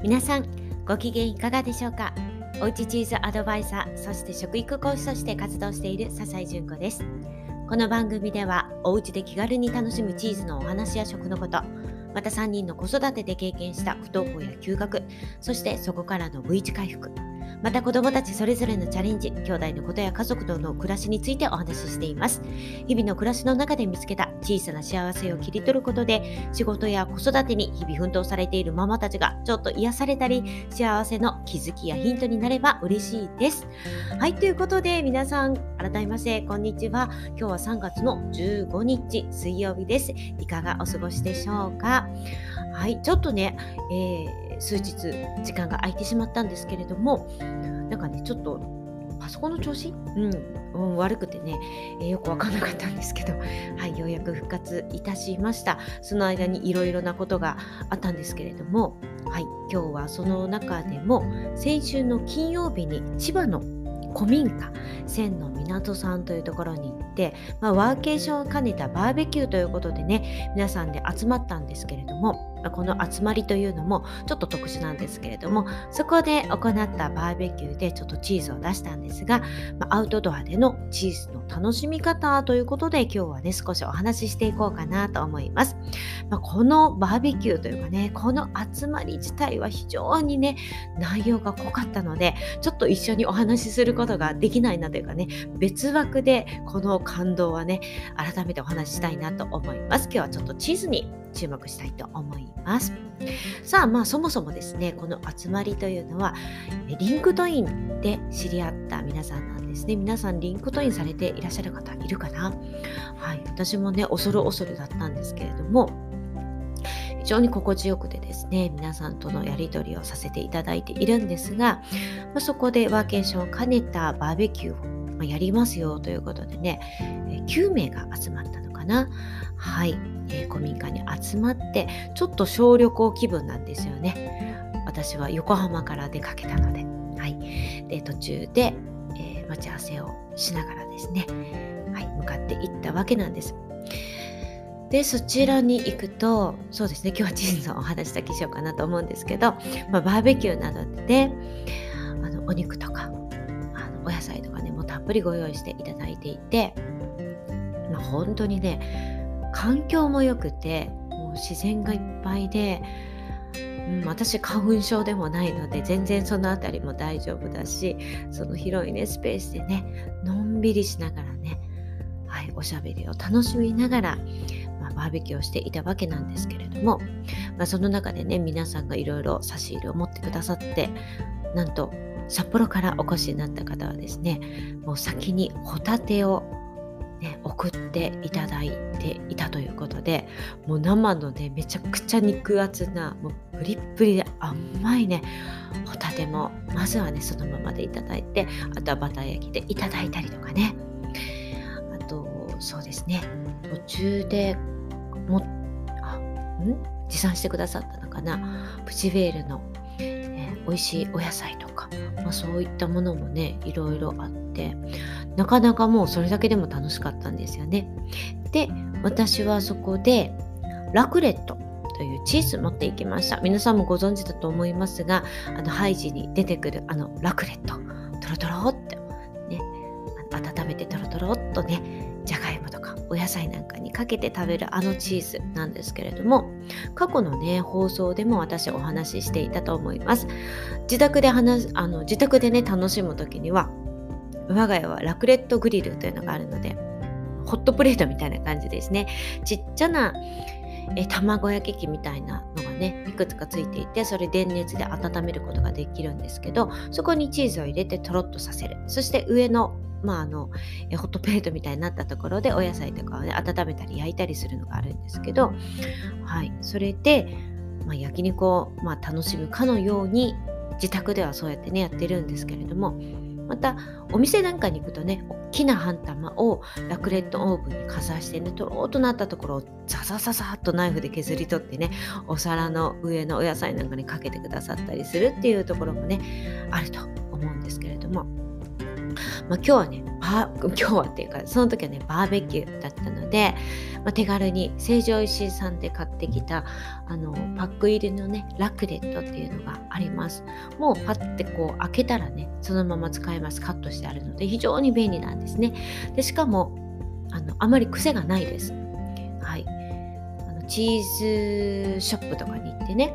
皆さんご機嫌いかがでしょうか。おうちチーズアドバイザー、そして食育講師として活動している笹井純子です。この番組ではおうちで気軽に楽しむチーズのお話や食のこと、また3人の子育てで経験した不登校や休学、そしてそこからの V 字回復、また子どもたちそれぞれのチャレンジ、兄弟のことや家族との暮らしについてお話ししています。日々の暮らしの中で見つけた小さな幸せを切り取ることで、仕事や子育てに日々奮闘されているママたちがちょっと癒されたり、幸せの気づきやヒントになれば嬉しいです。はい、ということで皆さん改めましてこんにちは。今日は3月の15日水曜日です。いかがお過ごしでしょうか。はい、ちょっとね、数日時間が空いてしまったんですけれども、なんかねちょっとパソコンの調子、悪くてね、よくわかんなかったんですけど、はい、ようやく復活いたしました。その間にいろいろなことがあったんですけれども、はい、今日はその中でも先週の金曜日に千葉の古民家千の港さんというところに行って、ワーケーションを兼ねたバーベキューということでね、皆さんで集まったんですけれども、この集まりというのもちょっと特殊なんですけれども、そこで行ったバーベキューでちょっとチーズを出したんですが、アウトドアでのチーズの楽しみ方ということで今日はね少しお話ししていこうかなと思います。このバーベキューというかね、この集まり自体は非常にね内容が濃かったので、ちょっと一緒にお話しすることができないなというかね、別枠でこの感動はね改めてお話ししたいなと思います。今日はちょっとチーズに注目したいと思います。さあ、そもそもですね、この集まりというのはリンクトインで知り合った皆さんなんですね。皆さんリンクトインされていらっしゃる方いるかな。はい、私もね恐る恐るだったんですけれども、非常に心地よくてですね、皆さんとのやり取りをさせていただいているんですが、そこでワーケーションを兼ねたバーベキューをやりますよということでね、9名が集まったのかな。はい、古民家に集まってちょっと小旅行気分なんですよね。私は横浜から出かけたので、はい、で途中で、待ち合わせをしながらですね、はい、向かっていったわけなんです。でそちらに行くと、そうですね、今日はチーズのお話だけしようかなと思うんですけど、バーベキューなどでお肉とかお野菜とかねもうたっぷりご用意していただいていて、本当にね環境も良くて、もう自然がいっぱいで、私花粉症でもないので全然そのあたりも大丈夫だし、その広いねスペースでねのんびりしながらね、はい、おしゃべりを楽しみながら、バーベキューをしていたわけなんですけれども、その中でね皆さんがいろいろ差し入れを持ってくださって、なんと札幌からお越しになった方はですね、もう先にホタテを送っていただいていたということで、もう生のねめちゃくちゃ肉厚な、もうプリップリで甘いねホタテもまずはねそのままでいただいて、あとはバター焼きでいただいたりとかね、あとそうですね、途中で持参してくださったのかな、プチヴェールの、美味しいお野菜とか、そういったものもねいろいろあって、なかなかもうそれだけでも楽しかったんですよね。で私はそこでラクレットというチーズ持っていきました。皆さんもご存知だと思いますが、ハイジに出てくるラクレット、トロトロってね、温めてトロトロっとねじゃがいもとかお野菜なんかにかけて食べるチーズなんですけれども、過去のね放送でも私お話ししていたと思います。自宅でね楽しむ時には、我が家はラクレットグリルというのがあるので、ホットプレートみたいな感じですね。ちっちゃな卵焼き器みたいなのがねいくつかついていて、それ電熱で温めることができるんですけど、そこにチーズを入れてとろっとさせる。そして上のホットプレートみたいになったところでお野菜とかをね温めたり焼いたりするのがあるんですけど、はい、それで、焼肉を楽しむかのように自宅ではそうやってねやってるんですけれども、またお店なんかに行くとね、大きな半玉をラクレットオーブンにかざしてね、とろーっとなったところをザザザザっとナイフで削り取ってね、お皿の上のお野菜なんかにかけてくださったりするっていうところもねあると思うんですけれども、 今日はね今日はっていうかその時はねバーベキューだったので、手軽に成城石井さんで買ってきたパック入りのねラクレットっていうのがあります。もうパッてこう開けたらねそのまま使えます。カットしてあるので非常に便利なんですね。でしかもあまり癖がないです。はい、チーズショップとかに行ってね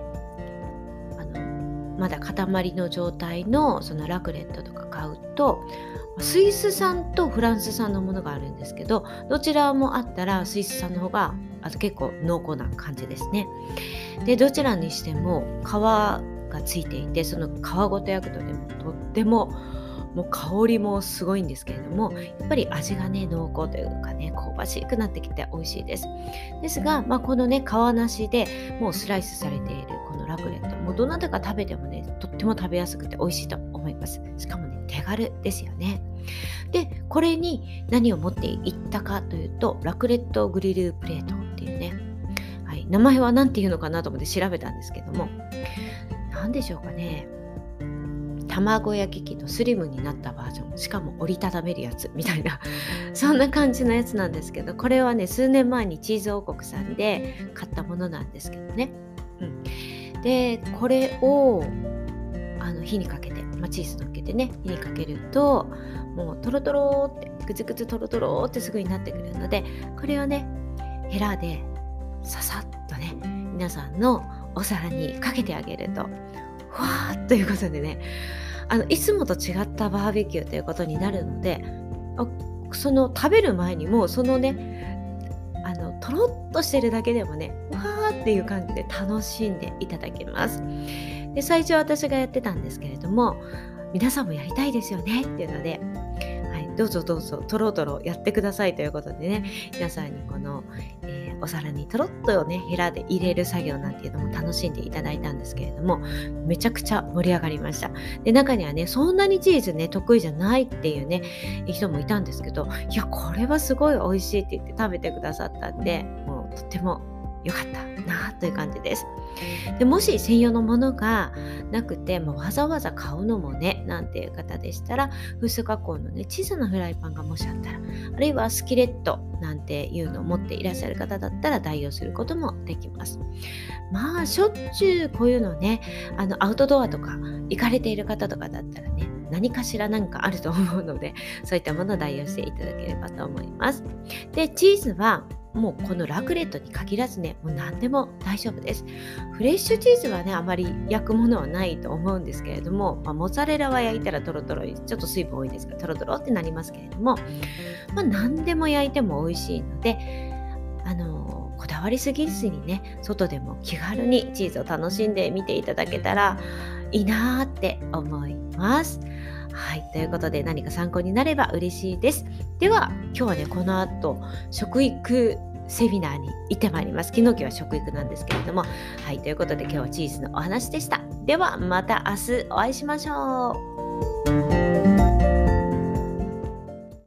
まだ塊の状態のそのラクレットとか買うとスイス産とフランス産のものがあるんですけど、どちらもあったらスイス産の方が結構濃厚な感じですね。でどちらにしても皮がついていて、その皮ごと焼くとねとってももう香りもすごいんですけれども、やっぱり味がね濃厚というかね香ばしくなってきて美味しいです。ですが、このね皮なしでもうスライスされているこのラクレット、もうどなたか食べてもねとっても食べやすくて美味しいと思います。しかもね手軽ですよね。でこれに何を持っていったかというと、ラクレットグリルプレートっていうね、名前は何ていうのかなと思って調べたんですけども、何でしょうかね、卵焼き器のスリムになったバージョン、しかも折りたためるやつみたいなそんな感じのやつなんですけど、これはね数年前にチーズ王国さんで買ったものなんですけどね、でこれを火にかけて、チーズ乗っけてね火にかけるともうトロトロってグツグツトロトロってすぐになってくるので、これをねヘラでささっとね皆さんのお皿にかけてあげるとふわーっということでね、いつもと違ったバーベキューということになるので、その食べる前にもそのねとろっとしてるだけでもねわーっていう感じで楽しんでいただけます。で最初私がやってたんですけれども、皆さんもやりたいですよねっていうので、どうぞどうぞとろとろやってくださいということでね、皆さんにこの、お皿にとろっとねヘラで入れる作業なんていうのも楽しんでいただいたんですけれども、めちゃくちゃ盛り上がりました。で中にはねそんなにチーズね得意じゃないっていうね人もいたんですけど、いやこれはすごい美味しいって言って食べてくださったんで、もうとっても良かったなという感じです。でもし専用のものがなくて、わざわざ買うのもねなんていう方でしたら、フース加工のね小さなフライパンがもしあったら、あるいはスキレットなんていうのを持っていらっしゃる方だったら代用することもできます。しょっちゅうこういうのねアウトドアとか行かれている方とかだったらね何かしら何かあると思うので、そういったものを代用していただければと思います。でチーズはもうこのラクレットに限らずね、もう何でも大丈夫です。フレッシュチーズはねあまり焼くものはないと思うんですけれども、モッツァレラは焼いたらトロトロ、ちょっと水分多いですがトロトロってなりますけれども、何でも焼いても美味しいので、こだわりすぎずにね外でも気軽にチーズを楽しんでみていただけたらいいなって思います。ということで何か参考になれば嬉しいです。では今日はねこの後食育セミナーに行ってまいります。昨日今日は食育なんですけれども、ということで今日はチーズのお話でした。ではまた明日お会いしましょう。